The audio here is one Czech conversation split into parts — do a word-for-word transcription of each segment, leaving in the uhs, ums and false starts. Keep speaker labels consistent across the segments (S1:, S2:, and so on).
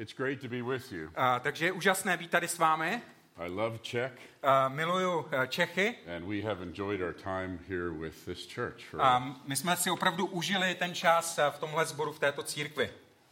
S1: It's great to be with you.
S2: Uh, takže je úžasné být tady s vámi.
S1: I love Czech.
S2: Uh, miluju uh, Čechy.
S1: And we have enjoyed our time here with this church.
S2: A um, my jsme si opravdu užili ten čas uh, v tomhle sboru, v této církvi.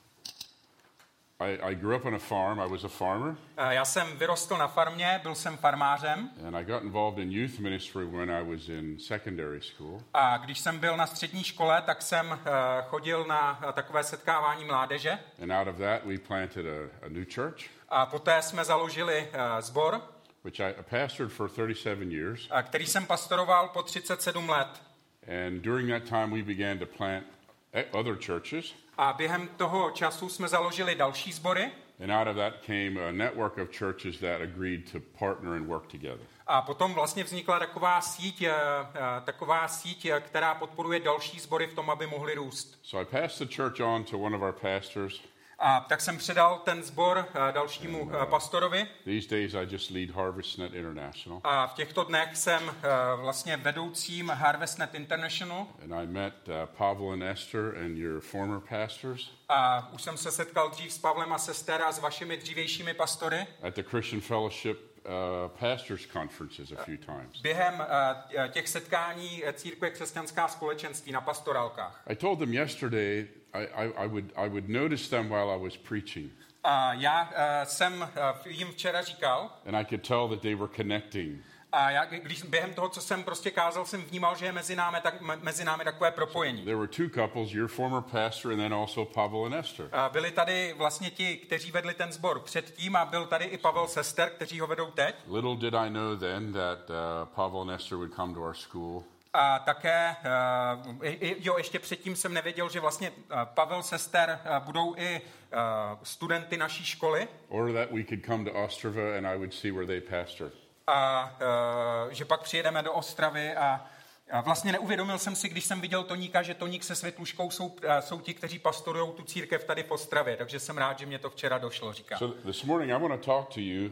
S1: I, I grew up on a farm. I was a farmer.
S2: Uh, já jsem vyrostl na farmě, byl jsem farmářem.
S1: And I got involved in youth ministry when I was in secondary school.
S2: A když jsem byl na střední škole, tak jsem uh, chodil na uh, takové setkávání mládeže.
S1: And out of that we planted a, a new church.
S2: A poté jsme založili uh, sbor,
S1: which I pastored for thirty-seven years.
S2: Uh, který jsem pastoroval po třicet sedm let.
S1: And during that time we began to plant other churches.
S2: A během toho času jsme založili další sbory.
S1: And out of that came a network of churches that agreed to partner and work together.
S2: A potom vlastně vznikla taková síť, taková síť, která podporuje další sbory v tom, aby mohli růst.
S1: So I passed the church on to one of our pastors.
S2: A tak jsem předal ten sbor dalšímu
S1: And, uh,
S2: pastorovi.
S1: These days I just lead HarvestNet International.
S2: A v těchto dnech jsem vlastně vedoucím HarvestNet International.
S1: And I met uh, Pavel and Esther and your former pastors.
S2: A už jsem se setkal dřív s Pavlem a s Ester a s vašimi dřívějšími pastory.
S1: At the Christian Fellowship Uh, pastors conferences a few times.
S2: Během uh, těch setkání Církve křesťanská společenství na pastorálkách.
S1: I told them yesterday I, I, I would I would notice them while I was preaching.
S2: A já uh, jsem uh, jim včera říkal.
S1: And I could tell that they were connecting.
S2: A já, když během toho, co jsem prostě kázal, jsem vnímal, že je mezi námi, tak, mezi námi takové propojení.
S1: There were two couples, your former pastor and then also Pavel and Esther.
S2: A byli tady vlastně ti, kteří vedli ten sbor předtím a byl tady i Pavel s Ester, kteří ho vedou teď.
S1: Little did I know then that uh, Pavel and Esther would come to our school.
S2: A také, uh, jo, ještě předtím jsem nevěděl, že vlastně uh, Pavel s Ester uh, budou i uh, studenty naší školy.
S1: Or that we could come to Ostrava and I would see where they pastored.
S2: A uh, že pak přijedeme do Ostravy a, a vlastně neuvědomil jsem si, když jsem viděl Toníka, že Toník se Světluškou jsou, uh, jsou ti, kteří pastorujou tu církev tady v Ostravě, takže jsem rád, že mě to včera došlo, říká.
S1: So this morning I want to talk to you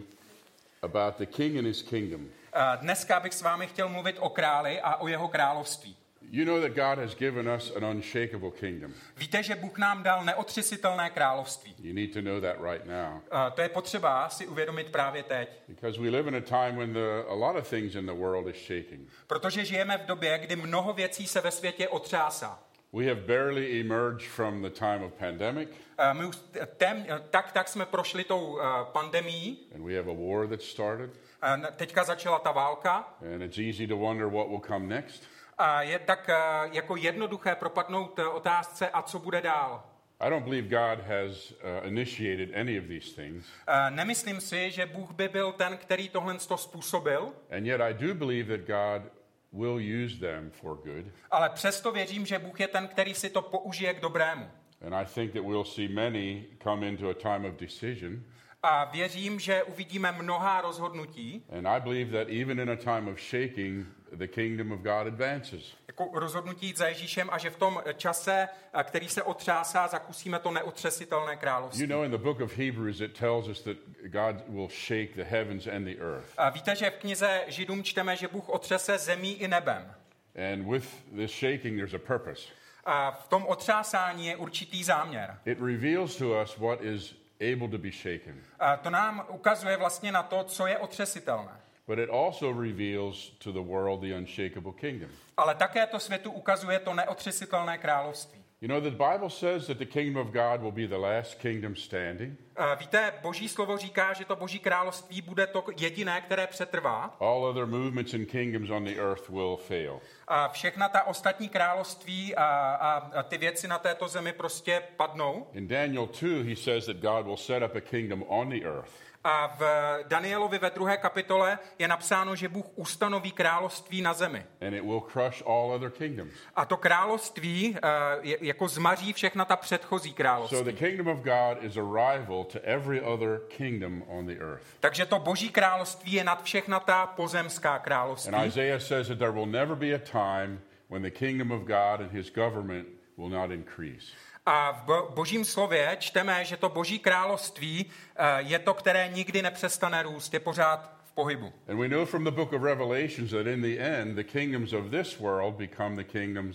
S1: about the king and his kingdom.
S2: Uh, dneska bych s vámi chtěl mluvit o králi a o jeho království.
S1: You know that God has given us an unshakable kingdom.
S2: Víte, že Bůh nám dal neotřesitelné království.
S1: You need to know that right now.
S2: Uh, to je potřeba si uvědomit právě teď.
S1: Because we live in a time when the, a lot of things in the world is shaking.
S2: Protože žijeme v době, kdy mnoho věcí se ve světě otřásá.
S1: We have barely emerged from the time of pandemic.
S2: Uh, my už tém, tak, tak jsme prošli tou uh, pandemií.
S1: And we have a war that started.
S2: Uh, teďka začala ta válka.
S1: And it's easy to wonder what will come next.
S2: A je tak uh, jako jednoduché propadnout uh, otázce, a co bude dál.
S1: I don't believe God has uh, initiated any of these things.
S2: Uh, nemyslím si, že Bůh by byl ten, který tohle to způsobil.
S1: And yet I do believe that God will use them for good.
S2: Ale přesto věřím, že Bůh je ten, který si to použije k dobrému.
S1: And I think that we'll see many come into a time of decision.
S2: A věřím, že uvidíme mnohá rozhodnutí.
S1: And I believe that even in a time of shaking, the kingdom of God advances.
S2: Jako rozhodnutí jít za Ježíšem a že v tom čase, který se otřásá, zakusíme to neotřesitelné království.
S1: You know, in the book of Hebrews it tells us that God will shake the heavens and the earth.
S2: A víte, že v knize Židům čteme, že Bůh otřese zemí i nebem.
S1: And with this shaking there's a purpose.
S2: A v tom otřásání je určitý záměr.
S1: It reveals to us what is able to be shaken.
S2: A to nám ukazuje vlastně na to, co je otřesitelné.
S1: But it also reveals to the world the unshakable kingdom.
S2: Ale také to světu ukazuje to neotřesitelné království.
S1: You know, the Bible says that the kingdom of God will be the last kingdom standing.
S2: A víte, Boží slovo říká, že to Boží království bude to jediné, které přetrvá.
S1: All other movements and kingdoms on the earth will fail.
S2: A všechna ta ostatní království a, a, a ty věci na této zemi prostě padnou.
S1: In Daniel two, he says that God will set up a kingdom on the earth.
S2: A v Danielovi ve druhé kapitole je napsáno, že Bůh ustanoví království na zemi.
S1: And it will crush all other kingdoms.
S2: A to království uh, je, jako zmaří všechna ta předchozí království.
S1: So the kingdom of God is a rival to every other kingdom on the earth.
S2: Takže to Boží království je nad všechna ta pozemská království.
S1: And Isaiah says that there will never be a time when the kingdom of God and his government will not increase.
S2: A v Božím slově čteme, že to Boží království je to, které nikdy nepřestane růst, je pořád v pohybu.
S1: And we know from the book of Revelations that in the end the kingdoms of this world become the kingdoms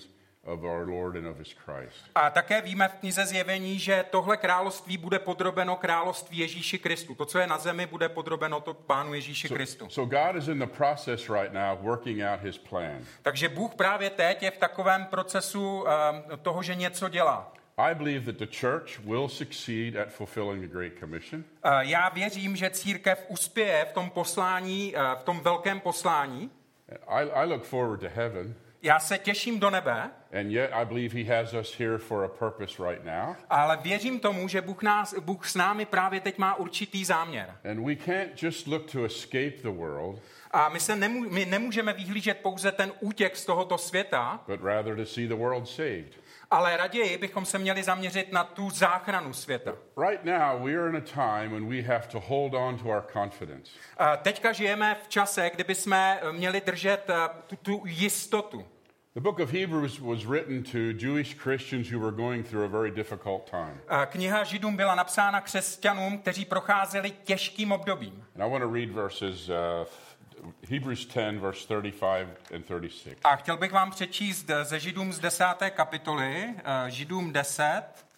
S1: of our Lord and of his Christ.
S2: A také víme v knize Zjevení, že tohle království bude podrobeno království Ježíši Kristu. To, co je na zemi, bude podrobeno to Pánu Ježíši Kristu.
S1: So, so God is in the process right now working out his plan.
S2: Takže Bůh právě teď je v takovém procesu um, toho, že něco dělá.
S1: I believe that the church will succeed at fulfilling the Great Commission.
S2: Uh, já věřím, že církev uspěje v tom poslání, uh, v tom velkém poslání.
S1: I, I look forward to heaven.
S2: Já se těším do nebe.
S1: And yet I believe he has us here for a purpose right now.
S2: Ale věřím tomu, že Bůh, nás, Bůh s námi právě teď má určitý záměr.
S1: And we can't just look to escape the world.
S2: A my, se nemů, my nemůžeme vyhlížet pouze ten útěk z tohoto světa,
S1: but rather to see the world saved.
S2: Ale raději bychom se měli zaměřit na tu záchranu světa.
S1: Right now we are in a time when we have to hold on to our confidence.
S2: A teďka žijeme v čase, kdy bychom měli držet tu, tu jistotu.
S1: The book of Hebrews was written to Jewish Christians who were going through a very difficult time.
S2: A kniha Židům byla napsána křesťanům, kteří procházeli těžkým obdobím.
S1: And I want to read verses uh, Hebrews ten, verse thirty-five and thirty-six.
S2: A chtěl bych vám přečíst ze Židům z desáté kapitoly, Židům deset,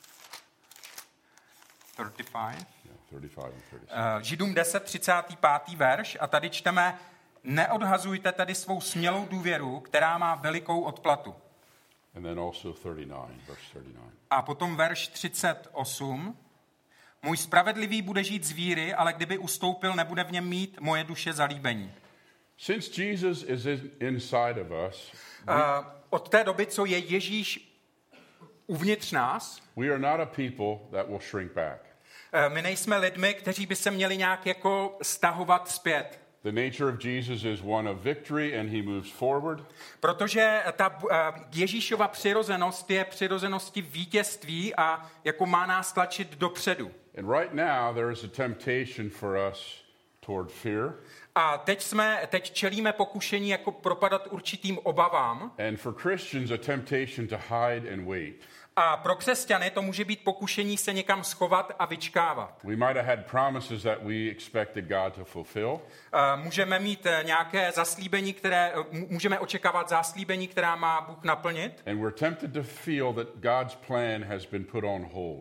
S2: thirty-five.
S1: Yeah, thirty-five and thirty-six.
S2: Židům deset, třicátý pátý verš a tady čteme: Neodhazujte tedy svou smělou důvěru, která má velikou odplatu.
S1: And then also thirty-nine, verse thirty-nine.
S2: A potom verš třicet osm. Můj spravedlivý bude žít z víry, ale kdyby ustoupil, nebude v něm mít moje duše zalíbení.
S1: Since Jesus is inside of us, we,
S2: uh, od té doby, co je Ježíš uvnitř nás,
S1: we are not a people that will shrink back.
S2: Uh, my nejsme lidmi, kteří by se měli nějak jako stahovat zpět.
S1: The nature of Jesus is one of victory and he moves forward.
S2: Protože ta uh, Ježíšova přirozenost je přirozeností vítězství a jako má nás tlačit dopředu.
S1: And right now there is a temptation for us toward fear.
S2: A teď jsme, teď čelíme pokušení jako propadat určitým obavám.
S1: And for Christians a temptation to hide and wait.
S2: A pro křesťany to může být pokušení se někam schovat a vyčkávat.
S1: We might have had promises that we expected God to fulfill.
S2: Uh, můžeme mít nějaké zaslíbení, které můžeme očekávat zaslíbení, která má Bůh naplnit.
S1: And we're tempted to feel that God's plan has been put on hold.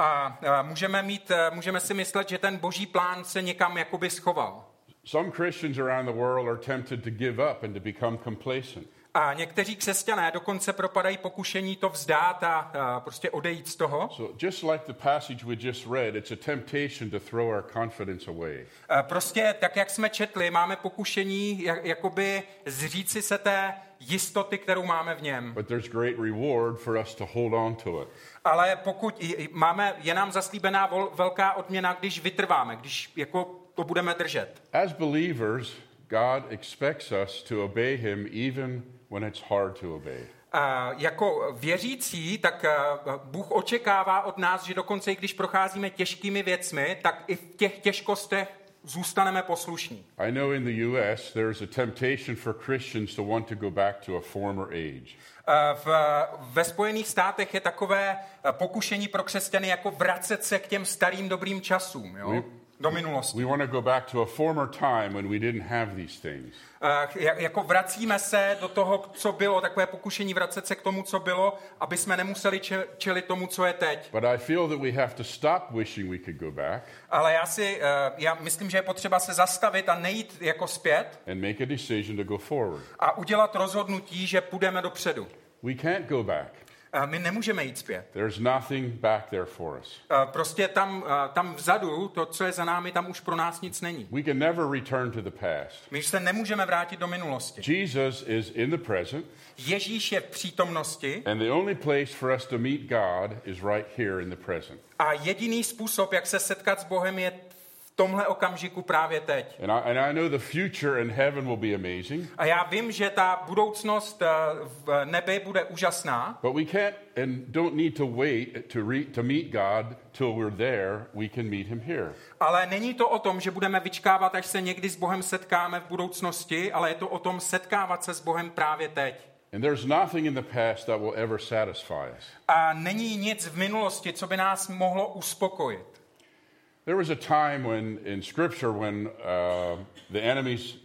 S2: A uh, můžeme mít, uh, můžeme si myslet, že ten boží plán se někam jakoby schoval.
S1: Some Christians around the world are tempted to give up and to become complacent.
S2: A někteří křesťané dokonce propadají pokušení to vzdát a, a prostě odejít z toho.
S1: So just like the passage we just read, it's a temptation to throw our confidence away.
S2: A prostě tak, jak jsme četli, máme pokušení jak, jakoby zříci se té jistoty, kterou máme v něm.
S1: But there's great reward for us to hold on to it.
S2: Ale pokud máme, je nám zaslíbená vol, velká odměna, když vytrváme, když jako to budeme držet.
S1: As believers, God expects us to obey him even when it's hard to obey.
S2: A jako věřící, tak Bůh očekává od nás, že dokonce i když procházíme těžkými věcmi, tak i v těch těžkostech zůstaneme poslušní.
S1: I know in the U S there's a temptation for Christians to want to go back to a former age.
S2: V, ve Spojených státech je takové pokušení pro křesťany jako vracet se k těm starým dobrým časům, jo?
S1: We,
S2: do minulosti.
S1: We want to go back to a former time when we didn't have these things.
S2: Uh, jako vracíme se do toho, co bylo, takové pokušení vracet se k tomu, co bylo, aby jsme nemuseli čelit tomu, co je teď.
S1: But I feel that we have to stop wishing we could go back.
S2: Ale já si, uh, já myslím, že je potřeba se zastavit a nejít jako zpět.
S1: And make a decision to go forward.
S2: A udělat rozhodnutí, že půjdeme dopředu.
S1: We can't go back.
S2: Uh, my nemůžeme jít zpět.
S1: There's nothing back there for us.
S2: Uh, prostě tam, uh, tam vzadu, to, co je za námi, tam už pro nás nic není.
S1: We can never return to the past.
S2: My se nemůžeme vrátit do minulosti.
S1: Jesus is in the present.
S2: Ježíš je v přítomnosti.
S1: And the only place for us to meet God is right here in the present.
S2: A jediný způsob, jak se setkat s Bohem, je v tomhle okamžiku právě teď.
S1: And I, and I know the future in heaven will be amazing.
S2: A já vím, že ta budoucnost v nebi bude úžasná.
S1: But we can't and don't need to wait to re, to meet God till we're there. We can meet him here.
S2: Ale není to o tom, že budeme vyčkávat, až se někdy s Bohem setkáme v budoucnosti, ale je to o tom setkávat se s Bohem právě teď.
S1: And there's nothing in the past that will ever satisfy us.
S2: A není nic v minulosti, co by nás mohlo uspokojit.
S1: There was a time when in Scripture when uh, the enemies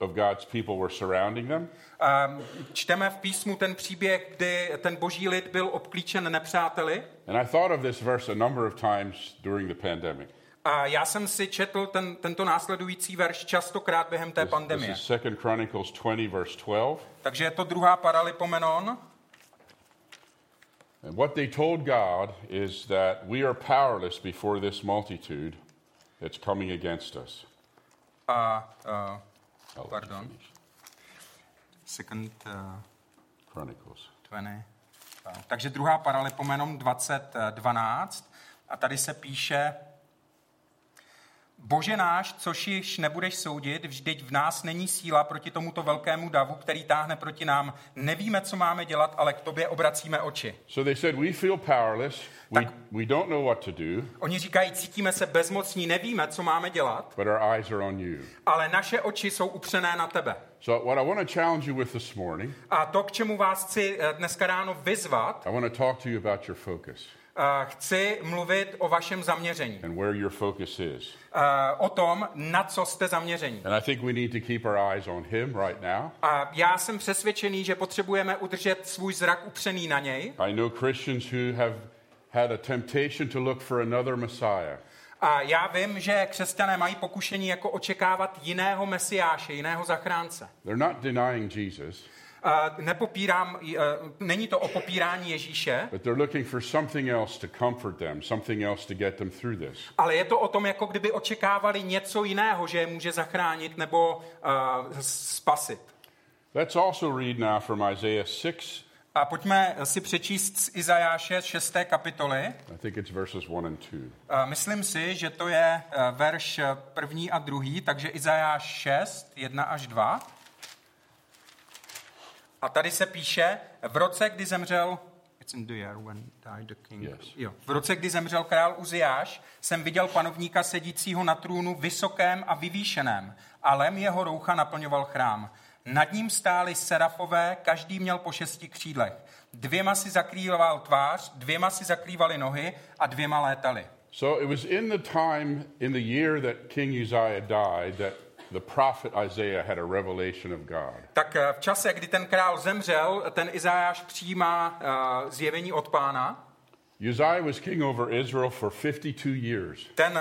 S1: of God's people were surrounding them.
S2: Um, čteme v písmu ten příběh, kdy ten boží lid byl obklíčen nepřáteli.
S1: And I thought of this verse a number of times during the pandemic.
S2: A já jsem si četl ten, tento následující verš častokrát během té
S1: This,
S2: pandemie.
S1: this is Second Chronicles twenty, verse twelve.
S2: Takže je to druhá Paralipomenon.
S1: And what they told God is that we are powerless before this multitude that's coming against us.
S2: A, uh,
S1: I'll let you
S2: pardon.
S1: finish.
S2: Second uh,
S1: Chronicles.
S2: dvacet. Uh, takže druhá Paralipomenon dvacet dvanáct. A tady se píše: Bože náš, což již nebudeš soudit, vždyť v nás není síla proti tomuto velkému davu, který táhne proti nám. Nevíme, co máme dělat, ale k tobě obracíme oči.
S1: So they said, we feel powerless. We, we don't know what to do.
S2: Oni říkají, cítíme se bezmocní, nevíme, co máme dělat,
S1: But our eyes are on you.
S2: ale naše oči jsou upřené na tebe.
S1: So what I want to challenge you with this morning,
S2: A to, k čemu vás chci dneska ráno vyzvat,
S1: I want to talk to you about your focus
S2: chci mluvit o vašem zaměření.
S1: and where your focus is.
S2: O tom, na co jste zaměření.
S1: And I think we need to keep our eyes on him right now.
S2: A já jsem přesvědčený, že potřebujeme udržet svůj zrak upřený na něj.
S1: I know Christians who have had a temptation to look for another Messiah.
S2: A já vím, že křesťané mají pokušení jako očekávat jiného mesiáše, jiného zachránce.
S1: They're not denying Jesus,
S2: Uh, nepopírám, uh, není to o popírání Ježíše,
S1: but they're looking for something else to comfort them, something else to get them through this.
S2: ale je to o tom, jako kdyby očekávali něco jiného, že je může zachránit nebo uh, spasit.
S1: Let's also read now from Isaiah six.
S2: A pojďme si přečíst z Izajáše šesté kapitoly.
S1: I think it's verses one and two.
S2: Uh, myslím si, že to je uh, verš první a druhý, takže Izajáš šest, jedna až dva. A tady se píše, v roce, kdy zemřel, it's in the year when died the king.
S1: Yes.
S2: Jo. V roce, kdy zemřel král Uziáš, jsem viděl panovníka sedícího na trůnu vysokém a vyvýšeném a lem jeho roucha naplňoval chrám. Nad ním stáli serafové, každý měl po šesti křídlech. Dvěma si zakrýval tvář, dvěma si zakrývali nohy a dvěma létali.
S1: So it was in the time, in the year that King Uzziah died, that the prophet Isaiah had a revelation of God.
S2: Tak v čase, kdy ten král zemřel, ten Izajáš přijímá uh, zjevení od Pána.
S1: Uzziah was king over Israel for fifty-two years.
S2: Ten,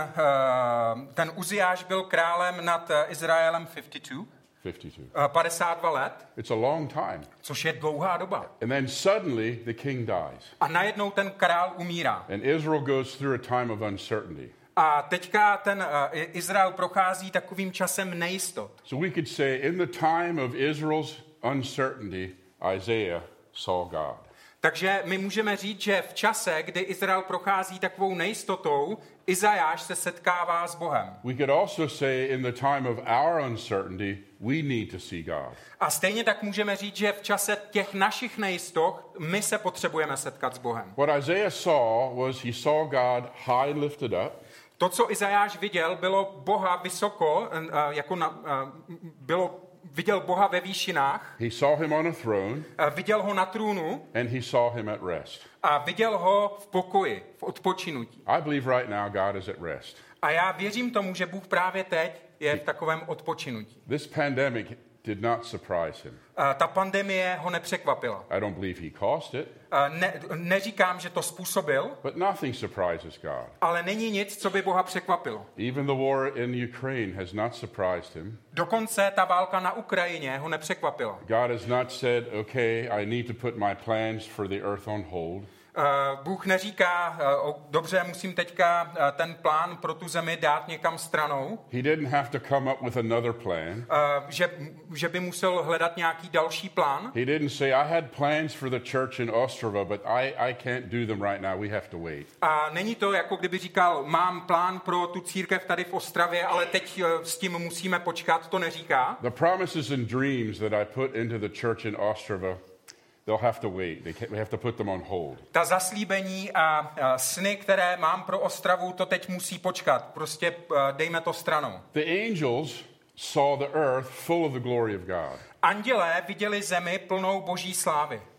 S2: uh, ten Uziáš byl králem nad Izraelem padesát dva,
S1: fifty-two.
S2: uh, padesát dva let,
S1: It's a long time.
S2: což je dlouhá doba.
S1: And then suddenly the king dies.
S2: A najednou ten král umírá.
S1: And Israel goes through a time of uncertainty.
S2: A teďka ten uh, Izrael prochází takovým časem nejistot.
S1: So we could say in the time of Israel's uncertainty, Isaiah saw God.
S2: Takže my můžeme říct, že v čase, kdy Izrael prochází takovou nejistotou, Izajáš se setkává s Bohem.
S1: We could also say in the time of our uncertainty, we need to see God.
S2: A stejně tak můžeme říct, že v čase těch našich nejistot my se potřebujeme setkat s Bohem.
S1: What Isaiah saw was he saw God high and lifted up.
S2: To, co Izajáš viděl, bylo Boha vysoko, jako na, bylo, viděl Boha ve výšinách,
S1: He saw him on a throne,
S2: viděl ho na trůnu
S1: and he saw him at rest.
S2: a viděl ho v pokoji, v odpočinutí.
S1: I believe right now God is at rest.
S2: A já věřím tomu, že Bůh právě teď je v takovém odpočinutí.
S1: This pandemic did not surprise him.
S2: Ta pandemie ho nepřekvapila.
S1: I don't believe he caused it,
S2: Ne, neříkám, že to způsobil,
S1: but nothing surprises God.
S2: ale není nic, co by Boha překvapilo.
S1: Even the war in Ukraine has not surprised him.
S2: Dokonce ta válka na Ukrajině ho nepřekvapila.
S1: God has not said, okay, I need to put my plans for the earth on hold.
S2: Bůh neříká, dobře, musím teďka ten plán pro tu zemi dát někam stranou,
S1: He didn't have to come up with another plan.
S2: že, že by musel hledat nějaký další plán.
S1: He didn't say, I had plans for the church in Ostrava, but I, I can't do them right now. We have to wait.
S2: A není to, jako kdyby říkal, mám plán pro tu církev tady v Ostravě, ale teď s tím musíme počkat, to neříká.
S1: The promises and dreams that I put into the church in Ostrava, they'll have to wait. They can't, we have to put them on hold.
S2: Ta zaslíbení a, a sny, které mám pro Ostravu, to teď musí počkat. Prostě dejme to stranou.
S1: The angels saw the earth full of the glory of God.
S2: Andělé viděli zemi plnou boží slávy.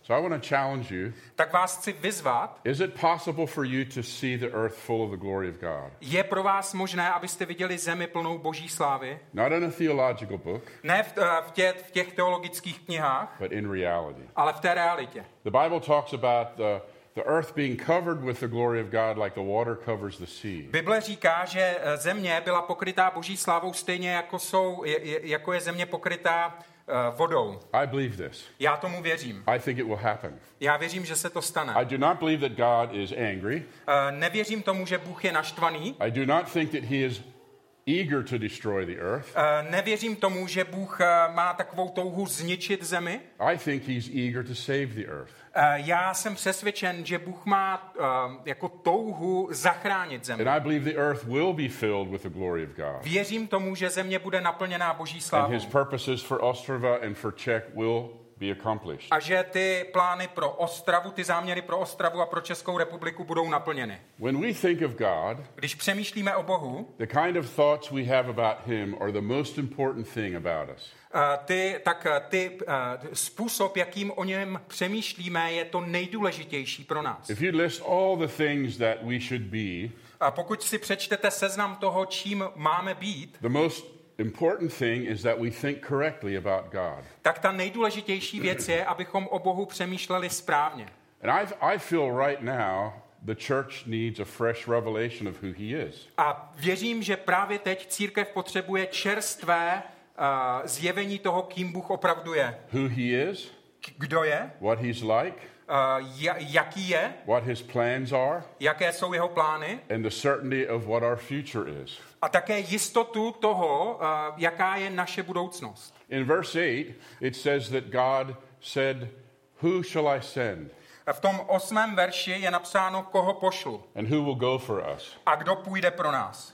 S1: So I want to challenge you.
S2: Tak vás chci vyzvat,
S1: Is it possible for you to see the earth full of the glory of God?
S2: je pro vás možné, abyste viděli zemi plnou boží slávy?
S1: Not in a theological book,
S2: Ne v, eh, v, tě, v těch teologických knihách,
S1: but in reality.
S2: ale v té realitě.
S1: The Bible talks about the, the earth being covered with the glory of God like the water covers the sea.
S2: Bible říká, že eh, země byla pokrytá boží slávou stejně jako, jsou, je, je, jako je země pokrytá eh, vodou.
S1: I believe this.
S2: Já tomu věřím.
S1: I think it will happen.
S2: Já věřím, že se to stane.
S1: I do not believe that God is angry.
S2: Eh, nevěřím tomu, že Bůh je naštvaný.
S1: I do not think that he is eager to destroy the earth.
S2: Eh, nevěřím tomu, že Bůh eh, má takovou touhu zničit zemi.
S1: I think he's eager to save the earth.
S2: Eh, já jsem přesvědčen, že Bůh má eh, jako touhu zachránit zemi.
S1: And I believe the earth will be filled with the glory of God.
S2: Věřím tomu, že země bude naplněná boží
S1: And
S2: slávou.
S1: his purposes for Ostrava and for Czech will be accomplished.
S2: A že ty plány pro Ostravu, ty záměry pro Ostravu a pro Českou republiku budou naplněny.
S1: When we think of God,
S2: Když přemýšlíme o Bohu,
S1: the kind of thoughts we have about him are the most important thing about us.
S2: eh, ty, tak eh, ty, eh, způsob, jakým o něm přemýšlíme, je to nejdůležitější pro nás.
S1: If you list all the things that we should be,
S2: A pokud si přečtete seznam toho, čím máme být,
S1: the most important thing is that we think correctly about God.
S2: tak ta nejdůležitější věc je, abychom o Bohu přemýšleli správně.
S1: And I, I feel right now the church needs a fresh revelation of who he is.
S2: A věřím, že právě teď církev potřebuje čerstvé uh, zjevení toho, kým Bůh opravdu je.
S1: Who he is,
S2: K- Kdo je,
S1: what he's like,
S2: uh, ja- jaký je,
S1: what his plans are,
S2: jaké jsou jeho plány
S1: and the certainty of what our future is.
S2: a také jistotu toho, uh, jaká je naše budoucnost.
S1: In verse eight, it says that God said, "Who shall I send?
S2: V tom osmém verši je napsáno, koho pošlu
S1: And who will go for us?"
S2: a kdo půjde pro nás.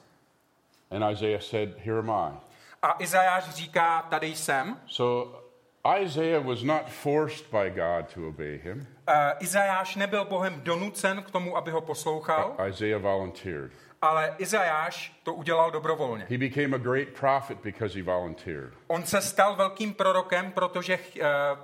S1: And Isaiah said, "Here am I."
S2: A Izajáš říká, tady jsem.
S1: So Isaiah was not forced by God to obey him.
S2: Uh, Izajáš nebyl Bohem donucen k tomu, aby ho poslouchal,
S1: Isaiah volunteered.
S2: ale Izajáš to udělal dobrovolně.
S1: He became a great prophet because he volunteered.
S2: On se stal velkým prorokem, protože ch, uh,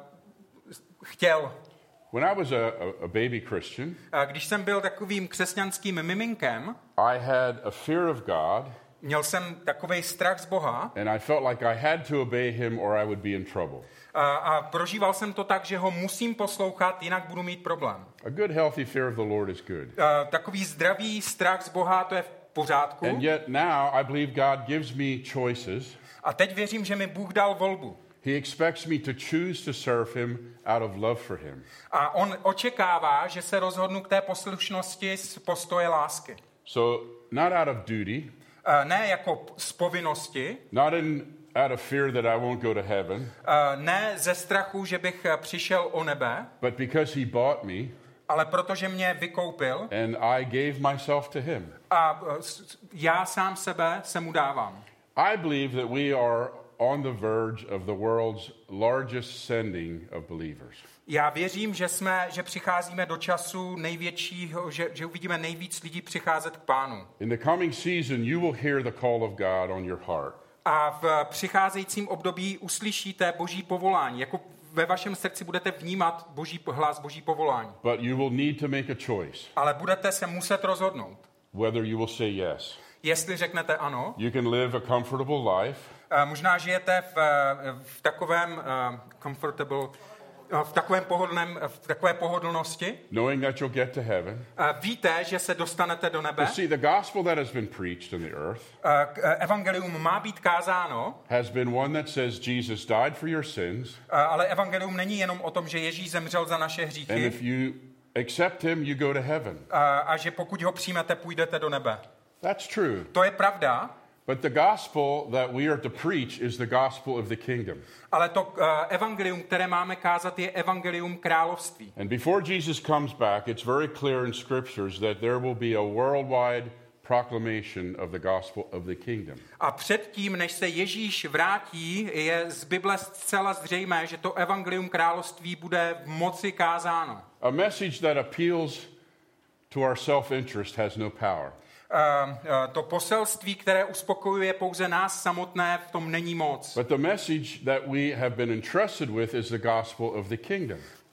S2: chtěl.
S1: When I was a, a baby Christian,
S2: Uh, když jsem byl takovým křesťanským miminkem,
S1: I had a fear of God,
S2: měl jsem takovej strach z Boha
S1: and I felt like I had to obey him or I would be in trouble.
S2: a, a prožíval jsem to tak, že ho musím poslouchat, jinak budu mít problém.
S1: A good, healthy fear of the Lord is good.
S2: Uh, takový zdravý strach z Boha, to je v pořádku.
S1: And yet now I believe God gives me choices.
S2: A teď věřím, že mi Bůh dal volbu.
S1: He expects me to choose to serve him out of love for him.
S2: A on očekává, že se rozhodnu k té poslušnosti z postoje lásky.
S1: So not out of duty,
S2: Uh, ne jako z povinnosti,
S1: not in out of fear that I won't go to heaven,
S2: uh, ne ze strachu, že bych uh, přišel o nebe,
S1: but because he bought me
S2: ale protože mě vykoupil
S1: and I gave myself to him.
S2: a uh, s- já sám sebe se mu dávám.
S1: I believe that we are on the verge of the world's largest sending of believers.
S2: Já věřím, že jsme, že přicházíme do času největšího, že, že uvidíme nejvíc lidí přicházet k Pánu.
S1: In the coming season, you will hear the call of God on your heart.
S2: A v přicházejícím období uslyšíte Boží povolání. Jako ve vašem srdci budete vnímat Boží hlas, Boží povolání.
S1: But you will need to make a choice,
S2: Ale budete se muset rozhodnout.
S1: whether you will say yes.
S2: Jestli řeknete ano,
S1: You can live a comfortable life,
S2: eh, možná žijete v, eh, v takovém eh, comfortable, eh, v takovém pohodlném, v takové pohodlnosti.
S1: knowing that you'll get to heaven.
S2: Eh, Víte, že se dostanete do nebe.
S1: But see, the gospel that has been preached on the earth
S2: Eh, k- eh, Evangelium má být kázáno,
S1: has been one that says Jesus died for your sins,
S2: eh, ale evangelium není jenom o tom, že Ježíš zemřel za naše
S1: and
S2: hříchy
S1: if you accept him, you go to heaven.
S2: a, a že pokud ho přijmete, půjdete do nebe.
S1: That's true.
S2: To je pravda,
S1: But the gospel that we are to preach is the gospel of the kingdom.
S2: ale to eh, evangelium, které máme kázat, je evangelium království.
S1: And before Jesus comes back, it's very clear in scriptures that there will be a worldwide proclamation of the gospel of the kingdom.
S2: A předtím, než se Ježíš vrátí, je z Bible zcela zřejmé, že to evangelium království bude v moci kázáno.
S1: A message that appeals to our self-interest has no power.
S2: Uh, uh, to poselství, které uspokojuje pouze nás samotné, v tom není moc.
S1: But the message that we have been entrusted with is the gospel of the kingdom.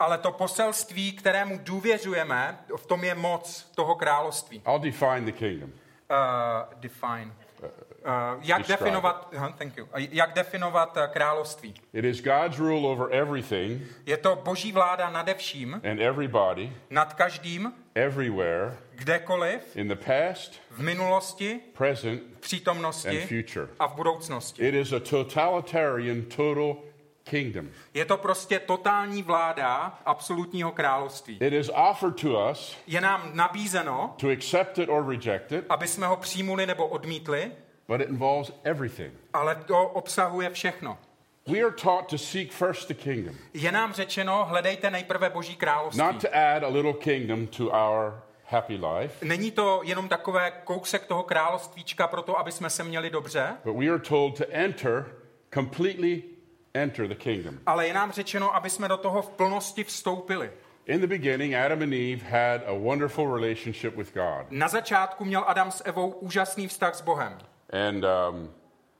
S2: Ale to poselství, kterému důvěřujeme, v tom je moc toho království.
S1: I'll define the kingdom.
S2: Uh, define. Uh, jak definovat, uh, thank you. Jak definovat uh, království?
S1: It is God's rule over everything.
S2: Je to Boží vláda nade vším.
S1: And everybody.
S2: Nad každým.
S1: Everywhere.
S2: Kdekoliv.
S1: In the past.
S2: V minulosti.
S1: Present.
S2: V přítomnosti.
S1: And future.
S2: A v budoucnosti.
S1: It is a totalitarian total kingdom.
S2: Je to prostě totální vláda absolutního království.
S1: It is offered to us.
S2: Je nám nabízeno.
S1: To accept it or reject it.
S2: Aby jsme ho přijmuli nebo odmítli.
S1: But it involves everything.
S2: Ale to obsahuje všechno.
S1: We are taught to seek first the kingdom.
S2: Je nám řečeno, hledejte nejprve Boží království.
S1: Not to add a little kingdom to our happy life.
S2: Není to jenom takové kousek toho královstvíčka pro to, aby jsme se měli dobře.
S1: But we are told to enter, completely enter the kingdom.
S2: Ale je nám řečeno, aby jsme do toho v plnosti vstoupili.
S1: In the beginning, Adam and Eve had a wonderful relationship with God.
S2: Na začátku měl Adam s Evou úžasný vztah s Bohem.
S1: And um,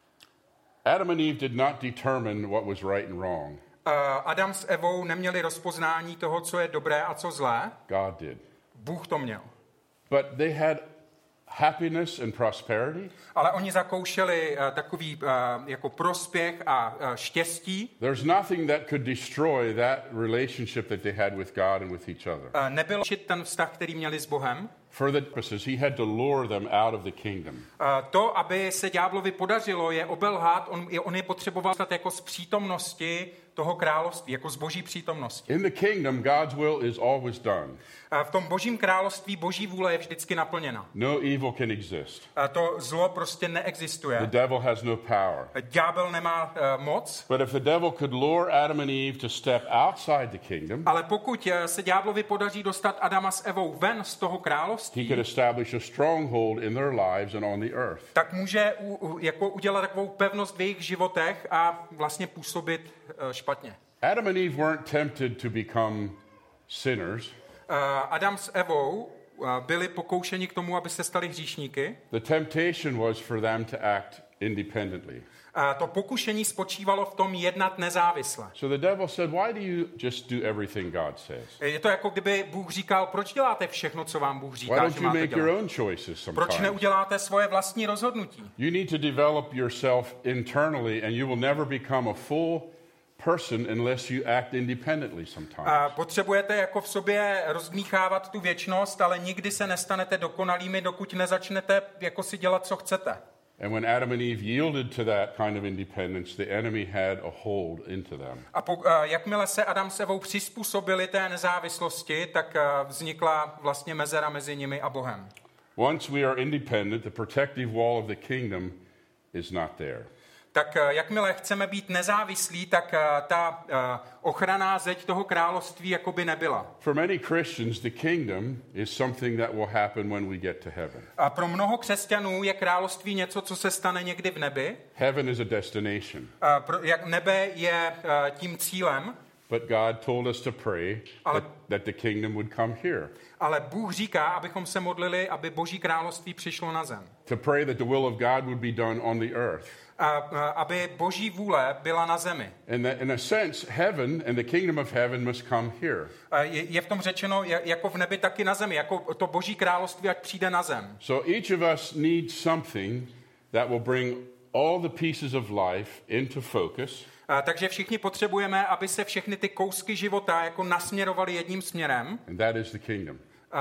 S1: Adam and Eve did not determine what was right and wrong.
S2: Uh, Adam s Evou neměli rozpoznání toho, co je dobré a co zlé.
S1: God did.
S2: Bůh to měl.
S1: But they had happiness and prosperity.
S2: Ale oni zakoušeli uh, takový uh, jako prospěch a uh, štěstí.
S1: There's nothing that could destroy that relationship that they had with God and with each other.
S2: Uh, nebyl ten vztah, který měli s Bohem.
S1: For the purposes, he had to lure them out of the kingdom.
S2: Uh, to, aby se ďáblovi podařilo je obelhat, on, on je potřeboval stát jako z přítomnosti toho království, jako z Boží přítomnosti.
S1: In the kingdom, God's will is always done.
S2: Uh, v tom Božím království Boží vůle je vždycky naplněna.
S1: No evil can exist.
S2: Uh, to zlo prostě neexistuje.
S1: The devil has no power.
S2: Uh, ďábel nemá uh, moc.
S1: But if the devil could lure Adam and Eve to step outside the kingdom,
S2: ale pokud uh, se ďáblovi podaří dostat Adama s Evou ven z toho království,
S1: he could establish a stronghold in their lives and on the earth.
S2: Tak může u, u, jako udělat takovou pevnost v jejich životech a vlastně působit uh, špatně.
S1: Adam and Eve weren't tempted to become sinners.
S2: Uh, Adam s Evou uh, byli pokoušeni k tomu, aby se stali hříšníky.
S1: The temptation was for them to act independently.
S2: A to pokušení spočívalo v tom jednat nezávisle.
S1: So the devil said, why do you just do everything God says?
S2: Je to jako kdyby Bůh říkal, proč děláte všechno, co vám Bůh říká,
S1: why don't
S2: že
S1: you
S2: máte
S1: make
S2: dělat?
S1: your own choices sometimes?
S2: Proč neuděláte svoje vlastní rozhodnutí?
S1: You need to develop yourself internally and you will never become a full person unless you act independently sometimes.
S2: A potřebujete jako v sobě rozdmíchávat tu věčnost, ale nikdy se nestanete dokonalými, dokud nezačnete jako si dělat, co chcete.
S1: And when Adam and Eve yielded to that kind of independence, the enemy had a hold into them.
S2: A po, uh, jakmile se Adam s Evou přizpůsobili té nezávislosti, tak uh, vznikla vlastně mezera mezi nimi a Bohem.
S1: Once we are independent, the protective wall of the kingdom is not there.
S2: Tak uh, jakmile chceme být nezávislí, tak uh, ta uh, ochranná zeď toho království jakoby nebyla.
S1: For many Christians, the kingdom is something that will happen when we get to heaven.
S2: A pro mnoho křesťanů je království něco, co se stane někdy v nebi.
S1: Heaven is a destination.
S2: Uh, pro, jak nebe je uh, tím cílem.
S1: But God told us to pray
S2: ale,
S1: that, that the kingdom would come here.
S2: Ale Bůh říká, abychom se modlili, aby Boží království přišlo na zem.
S1: To pray that the will of God would be done on the earth.
S2: A, a, aby Boží vůle byla na zemi.
S1: And that, in a sense, heaven and the kingdom of heaven must come here.
S2: A je, je v tom řečeno, jako v nebi, tak i na zemi, jako to Boží království, ať přijde na zem.
S1: So each of us needs something that will bring all the pieces of life into focus.
S2: A, takže všichni potřebujeme, aby se všechny ty kousky života jako nasměrovaly jedním směrem.
S1: And that is the kingdom.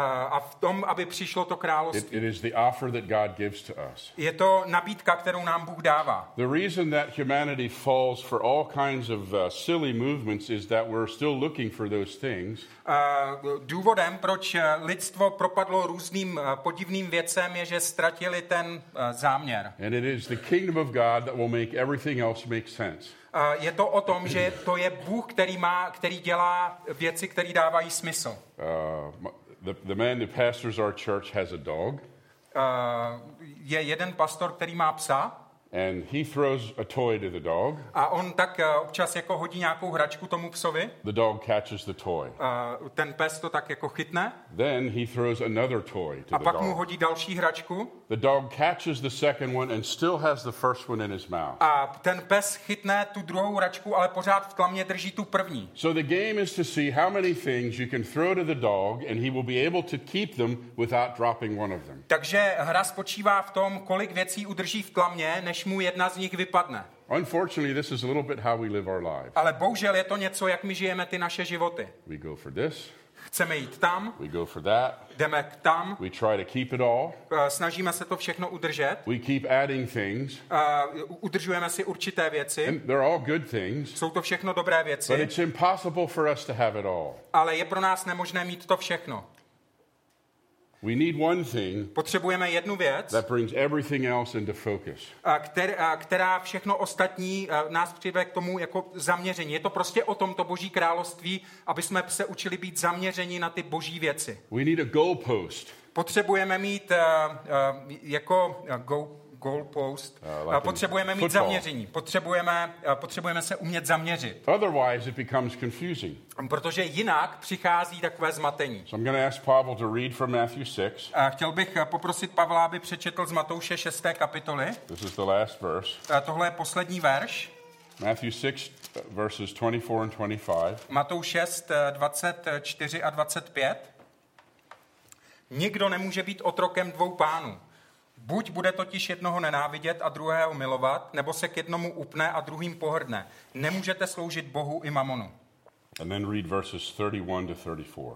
S2: A v tom, aby přišlo to království.
S1: It, it is the offer that God gives to us.
S2: Je to nabídka, kterou nám Bůh dává.
S1: The reason that humanity falls for all kinds of uh, silly movements is that we're still looking for those things.
S2: Uh, důvodem, proč lidstvo propadlo různým uh, podivným věcem, je, že ztratili ten uh, záměr.
S1: And it is the kingdom of God that will make everything else make sense.
S2: Uh, je to o tom, že to je Bůh, který má, který dělá věci, které dávají smysl.
S1: Uh, The, the man that pastors our church has a dog.
S2: Uh, je jeden pastor, který má psa.
S1: And he throws a toy to the dog.
S2: A on tak uh, občas jako hodí nějakou hračku tomu psovi.
S1: The dog catches the toy.
S2: Uh, ten pes to tak jako chytne.
S1: Then he throws another toy to
S2: A
S1: the
S2: pak mu
S1: dog.
S2: hodí další hračku.
S1: The dog catches the second one and still has the first one in his mouth.
S2: A ten pes chytne tu druhou hračku, ale pořád v tlamě drží tu první.
S1: So the game is to see how many things you can throw to the dog and he will be able to keep them without dropping one of them.
S2: Takže hra spočívá v tom, kolik věcí udrží v tlamě, než mu jedna z nich vypadne.
S1: Unfortunately, this is a little bit how we live our lives.
S2: Ale bohužel je to něco, jak my žijeme ty naše životy.
S1: We go for this,
S2: Chceme jít tam,
S1: we go for that,
S2: jdeme k tam,
S1: we try to keep it all,
S2: eh, snažíme se to všechno udržet,
S1: we keep adding things,
S2: eh, udržujeme si určité věci,
S1: and they're all good things,
S2: jsou to všechno dobré
S1: but
S2: věci,
S1: it's impossible for us to have it all.
S2: ale je pro nás nemožné mít to všechno.
S1: We need one thing
S2: Potřebujeme jednu věc,
S1: that brings everything else into focus.
S2: a kter- a která všechno ostatní a, nás přivede k tomu jako zaměření. Je to prostě o tom, to Boží království, aby jsme se učili být zaměření na ty boží věci.
S1: We need a goalpost.
S2: Potřebujeme mít uh, uh, jako uh, go, goalpost,
S1: Uh,
S2: uh,
S1: like
S2: potřebujeme
S1: in
S2: mít
S1: football.
S2: zaměření, potřebujeme, uh, potřebujeme se umět zaměřit,
S1: Otherwise, it becomes confusing.
S2: protože jinak přichází takové zmatení.
S1: So I'm going to ask Pavel to read from Matthew six.
S2: A chtěl bych uh, poprosit Pavla, aby přečetl z Matouše šesté kapitoly.
S1: This is the last verse.
S2: Uh, tohle je poslední verš.
S1: Matthew six, uh, verses twenty-four and twenty-five.
S2: Matouš šest, dvacet čtyři a dvacet pět. Nikdo nemůže být otrokem dvou pánů. Buď bude totiž jednoho nenávidět a druhého milovat, nebo se k jednomu upne a druhým pohrdne. Nemůžete sloužit Bohu i mamonu.
S1: And then read verses thirty-one to thirty-four.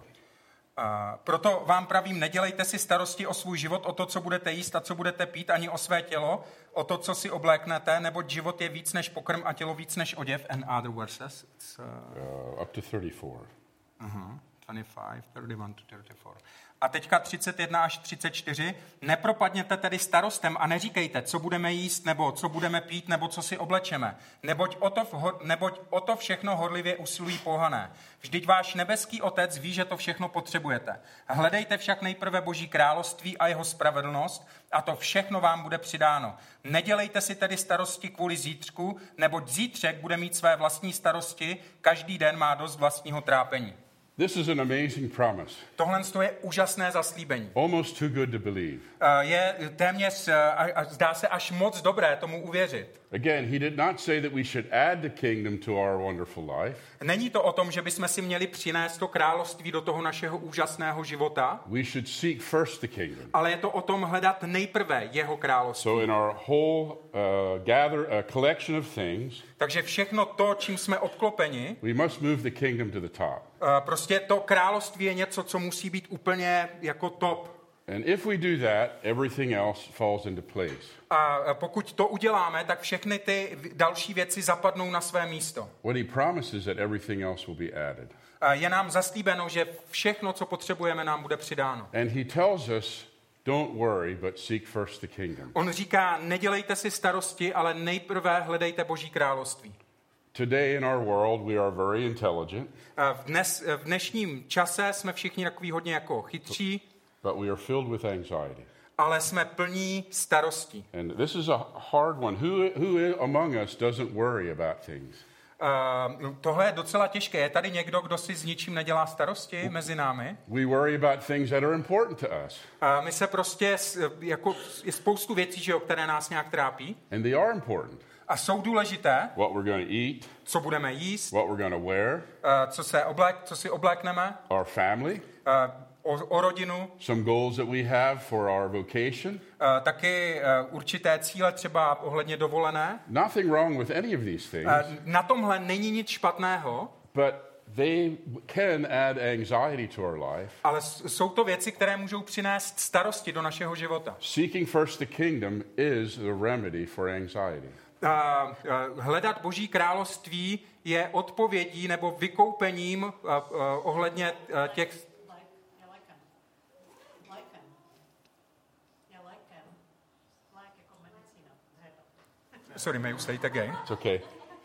S2: A proto vám pravím, nedělejte si starosti o svůj život, o to, co budete jíst a co budete pít, ani o své tělo, o to, co si obléknete, neboť život je víc než pokrm a tělo víc než oděv. And other verses. It's, uh...
S1: Uh, up to thirty-four.
S2: Uh-huh. dvacet pět, třicet jedna to třicet čtyři. A teďka třicet jedna až třicet čtyři. Nepropadněte tedy starostem a neříkejte, co budeme jíst, nebo co budeme pít, nebo co si oblečeme. Neboť o to, neboť o to všechno horlivě usilují pohané. Vždyť váš nebeský otec ví, že to všechno potřebujete. Hledejte však nejprve Boží království a jeho spravedlnost a to všechno vám bude přidáno. Nedělejte si tedy starosti kvůli zítřku, neboť zítřek bude mít své vlastní starosti, každý den má dost vlastního trápení.
S1: This is an amazing promise.
S2: Tohle je úžasné zaslíbení.
S1: Almost too good to believe.
S2: Je téměř, a zdá se až moc dobré tomu uvěřit.
S1: Again, he did not say that we should add the kingdom to our wonderful life.
S2: Není to o tom, že bychom si měli přinést to království do toho našeho úžasného života.
S1: We should seek first the kingdom.
S2: Ale je to o tom hledat nejprve jeho království.
S1: So in our whole uh, gather uh, collection of things,
S2: takže všechno to, čím jsme obklopeni,
S1: we must move the kingdom to the top.
S2: Uh, prostě to království je něco, co musí být úplně jako top.
S1: And if we do that, everything else falls into place.
S2: A pokud to uděláme, tak všechny ty další věci zapadnou na své místo.
S1: What he promises that everything else will be added.
S2: A je nám zaslíbeno, že všechno, co potřebujeme, nám bude přidáno.
S1: And he tells us, don't worry, but seek first the kingdom.
S2: On říká, nedělejte si starosti, ale nejprve hledejte Boží království.
S1: Today in our world we are very intelligent.
S2: V, dnes, v dnešním čase jsme všichni takový hodně jako chytří,
S1: but we are filled with anxiety.
S2: Ale jsme plní starostí.
S1: And this is a hard one. Who, who among us doesn't worry about things?
S2: Uh, tohle je docela těžké. Je tady někdo, kdo si s ničím nedělá starosti mezi námi?
S1: We worry about things that are important to us.
S2: Uh, my se prostě, jako, je spoustu věcí, že jo, které nás nějak trápí.
S1: And they are important.
S2: A jsou důležité.
S1: What we're going to eat.
S2: Co budeme jíst.
S1: What we're going to wear.
S2: Uh, co, se oblék, co si oblékneme.
S1: Our family.
S2: Uh, O, o rodinu.
S1: Some goals that we have for our vocation.
S2: Uh, taky uh, určité cíle třeba ohledně dovolené.
S1: Nothing wrong with any of these things.
S2: Uh, na tomhle není nic špatného.
S1: But they can add anxiety to our life.
S2: Ale jsou to věci, které můžou přinést starosti do našeho života.
S1: Seeking first the kingdom is the remedy for anxiety.
S2: Uh, uh, hledat Boží království je odpovědí nebo vykoupením uh, uh, ohledně uh, těch Sorry, may you say it again?
S1: It's okay.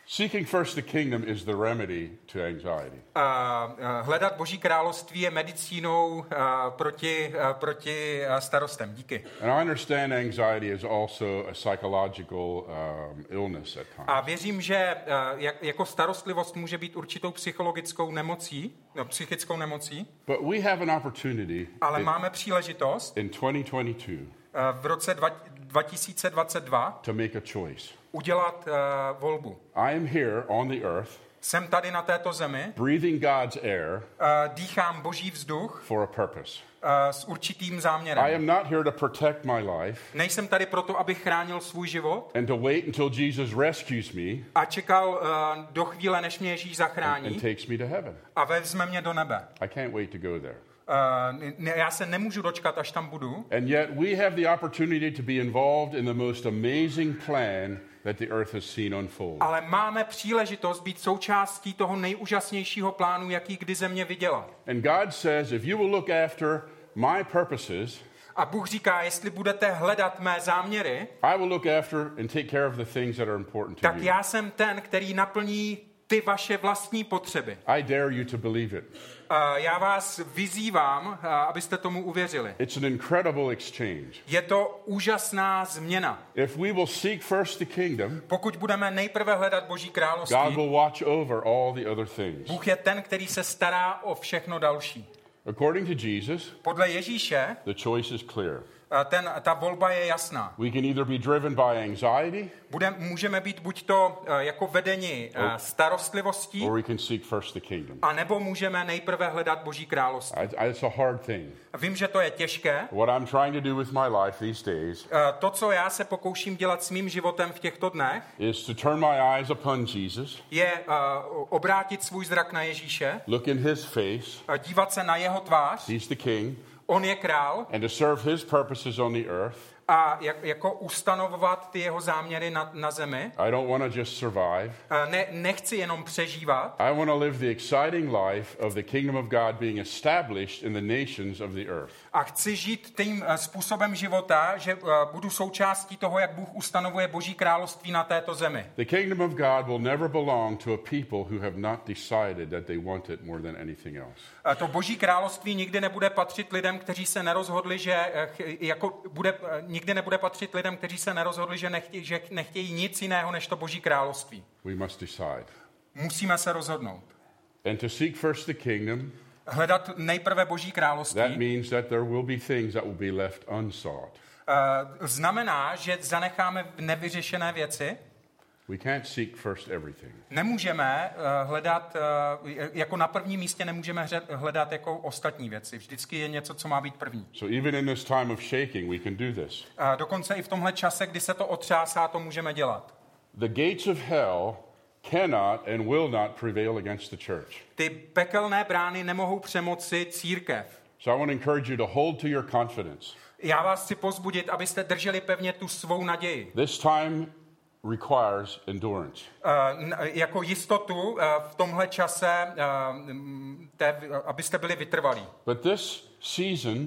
S1: Seeking first the kingdom is the remedy to anxiety.
S2: Uh, uh, hledat Boží království je medicínou uh, proti, uh, proti uh, starostem. Díky.
S1: And I understand anxiety is also a psychological um, illness at times.
S2: A věřím, že uh, jak, jako starostlivost může být určitou psychologickou nemocí, no, psychickou nemocí.
S1: But we have an opportunity
S2: Ale
S1: in,
S2: máme příležitost
S1: in twenty twenty-two
S2: uh, v roce dva tisíce dvacet dva
S1: to make a choice.
S2: udělat uh, volbu.
S1: I am here on the earth,
S2: Jsem tady na této zemi,
S1: breathing God's air
S2: uh, dýchám Boží vzduch
S1: for a purpose.
S2: uh, s určitým záměrem.
S1: I am not here to protect my life
S2: Nejsem tady proto, abych chránil svůj život
S1: and to wait until Jesus rescues me
S2: a čekal uh, do chvíle, než mě Ježíš
S1: and
S2: zachrání
S1: takes me to heaven.
S2: a vezme mě do nebe.
S1: I can't wait to go there.
S2: Uh, ne, já se nemůžu dočkat, až tam budu.
S1: And yet we have the opportunity to be involved in the most amazing plan that the earth has seen unfold.
S2: Ale máme příležitost být součástí toho nejúžasnějšího plánu, jaký kdy země viděla.
S1: And God says, if you will look after my purposes,
S2: A Bůh říká, jestli budete hledat mé záměry,
S1: I will look after and take care of the things that are important to
S2: tak
S1: you.
S2: já jsem ten, který naplní ty vaše vlastní potřeby.
S1: I dare you to believe it.
S2: Uh, já vás vyzývám, uh, abyste tomu uvěřili.
S1: It's an incredible exchange.
S2: Je to úžasná změna.
S1: If we will seek first the kingdom,
S2: Pokud budeme nejprve hledat Boží
S1: God
S2: království,
S1: will watch over all the other things.
S2: Bůh je ten, který se stará o všechno další.
S1: According to Jesus,
S2: Podle Ježíše
S1: the choice is clear.
S2: uh, ten, ta volba je jasná.
S1: We can either be driven by anxiety
S2: Bude, můžeme být buď to uh, jako vedeni uh, starostlivostí,
S1: or we can seek first the kingdom.
S2: a nebo můžeme nejprve hledat Boží království.
S1: I- I- It's a hard thing.
S2: Vím, že to je těžké.
S1: What I'm trying to do with my life these days
S2: Uh, to, co já se pokouším dělat s mým životem v těchto dnech,
S1: is to turn my eyes upon Jesus,
S2: je uh, obrátit svůj zrak na Ježíše,
S1: look in his face,
S2: uh, dívat se na jeho tvář,
S1: he's the king,
S2: on je král,
S1: and to serve his purposes on the earth.
S2: a jak, jako ustanovovat ty jeho záměry na, na zemi.
S1: I don't want to just survive.
S2: Uh, ne, nechci jenom přežívat,
S1: I want to live the exciting life of the kingdom of God being established in the nations of the earth.
S2: a chci žít tím uh, způsobem života, že uh, budu součástí toho, jak Bůh ustanovuje Boží království na této zemi.
S1: The kingdom of God will never belong to a people who have not decided that they want it more than anything else.
S2: Uh, to Boží království nikdy nebude patřit lidem, kteří se nerozhodli, že uh, jako bude, uh, nikdy nebude patřit lidem, kteří se nerozhodli, že nechtějí, že nechtějí nic jiného než to Boží království.
S1: We must decide.
S2: Musíme se rozhodnout.
S1: And to seek first the kingdom,
S2: Hledat nejprve Boží
S1: that
S2: království
S1: means that there will be things that will be left unsought.
S2: uh, znamená, že zanecháme nevyřešené věci.
S1: We can't seek first everything.
S2: Nemůžeme uh, hledat, uh, jako na prvním místě nemůžeme hře- hledat jako ostatní věci. Vždycky je něco, co má být první.
S1: So even in this time of shaking, we can do this.
S2: Uh, dokonce i v tomhle čase, kdy se to otřásá, to můžeme dělat.
S1: The gates of hell cannot and will not prevail against the church.
S2: Ty pekelné brány nemohou přemoci církev.
S1: So I want to encourage you to hold to your confidence.
S2: Já vás chci povzbudit, abyste drželi pevně tu svou naději.
S1: This time requires endurance.
S2: Uh, n- jako jistotu uh, v tomhle čase, uh, m, té, abyste byli vytrvalí.
S1: But this season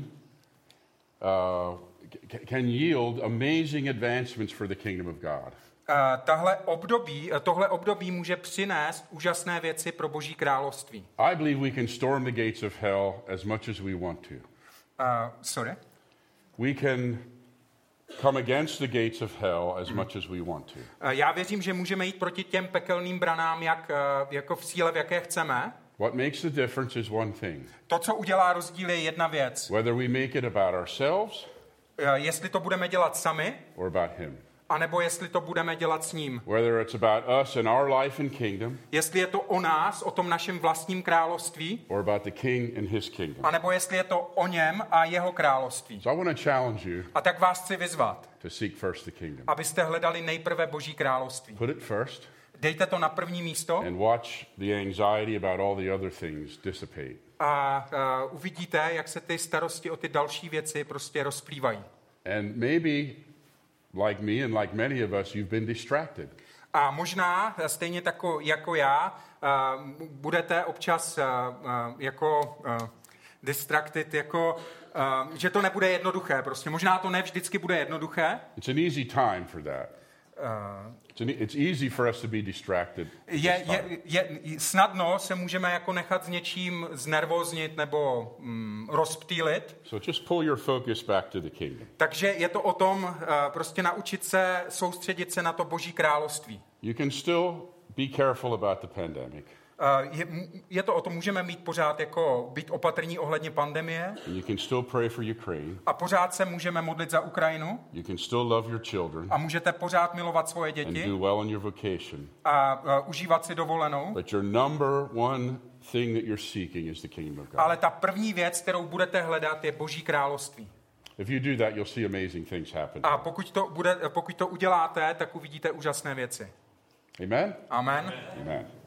S1: uh, c- can yield amazing advancements for the kingdom of God.
S2: Uh, tahle období, uh, tohle období může přinést úžasné věci pro Boží království.
S1: I believe we can storm the gates of hell as much as we want to.
S2: Uh, sorry.
S1: We can come against the gates of hell as much as we want to.
S2: Uh, já věřím, že můžeme jít proti těm pekelným branám, jak, uh, jako v síle, v jaké chceme.
S1: What makes the difference is one thing.
S2: To, co udělá rozdíl, je jedna věc.
S1: Whether we make it about ourselves
S2: Uh, jestli to budeme dělat sami,
S1: or about him.
S2: anebo jestli to budeme dělat s ním.
S1: Whether it's about us and our life and kingdom
S2: Jestli je to o nás, o tom našem vlastním království,
S1: or about the king and his kingdom.
S2: anebo jestli je to o něm a jeho království.
S1: So I want to challenge you
S2: A tak vás chci vyzvat,
S1: to seek first the kingdom.
S2: abyste hledali nejprve Boží království.
S1: Put it first
S2: Dejte to na první místo
S1: and watch the anxiety about all the other things dissipate.
S2: a uh, uvidíte, jak se ty starosti o ty další věci prostě rozplývají.
S1: And maybe, like me and like many of us, you've been distracted.
S2: A možná, stejně tako, jako já, uh, budete občas uh, uh, jako uh, distracted, jako, uh, že to nebude jednoduché. Prostě možná to ne vždycky bude jednoduché.
S1: It's an easy time for that.
S2: uh,
S1: It's easy for us to be distracted.
S2: Je, je, je, snadno se můžeme jako nechat s něčím znervoznit nebo mm, rozptýlit.
S1: So just pull your focus back to the kingdom.
S2: Takže je to o tom uh, prostě naučit se soustředit se na to Boží království.
S1: You can still be careful about the pandemic.
S2: Uh, je, je to o tom, můžeme mít pořád jako být opatrní ohledně pandemie.
S1: And you can still pray for Ukraine.
S2: A pořád se můžeme modlit za Ukrajinu.
S1: You can still love your children.
S2: A můžete pořád milovat svoje děti.
S1: And do well on your vocation.
S2: A uh, užívat si dovolenou.
S1: But your number one thing that you're seeking is the kingdom of God.
S2: Ale ta první věc, kterou budete hledat, je Boží království.
S1: If you do that, you'll see amazing things happen.
S2: A pokud to, bude, pokud to uděláte, tak uvidíte úžasné věci.
S1: Amen?
S2: Amen.
S1: Amen.